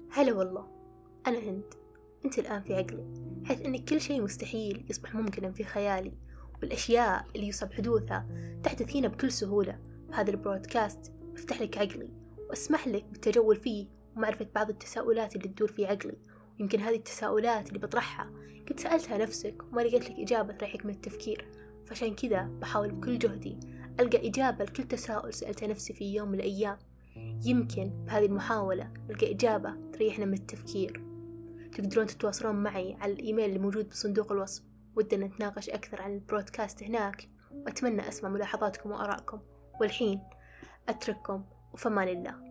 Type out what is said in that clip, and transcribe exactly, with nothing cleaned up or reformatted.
هلا والله، أنا هند. أنت الآن في عقلي، حيث أن كل شيء مستحيل يصبح ممكنا في خيالي، والأشياء اللي يصعب حدوثها تحدث هنا بكل سهولة. بهذا البرودكاست بفتح لك عقلي وأسمح لك بالتجول فيه ومعرفة بعض التساؤلات اللي تدور في عقلي. ويمكن هذه التساؤلات اللي بطرحها قد سألتها نفسك وما لقيت لك إجابة تريحك من التفكير، فعشان كذا بحاول بكل جهدي ألقى إجابة لكل تساؤل سألت نفسي في يوم من الأيام. يمكن بهذه المحاولة ألقى إجابة تريحنا من التفكير. تقدرون تتواصلون معي على الإيميل اللي موجود بصندوق الوصف، ودنا نتناقش أكثر عن البرودكاست هناك، وأتمنى أسمع ملاحظاتكم وآرائكم. والحين أترككم وفمان الله.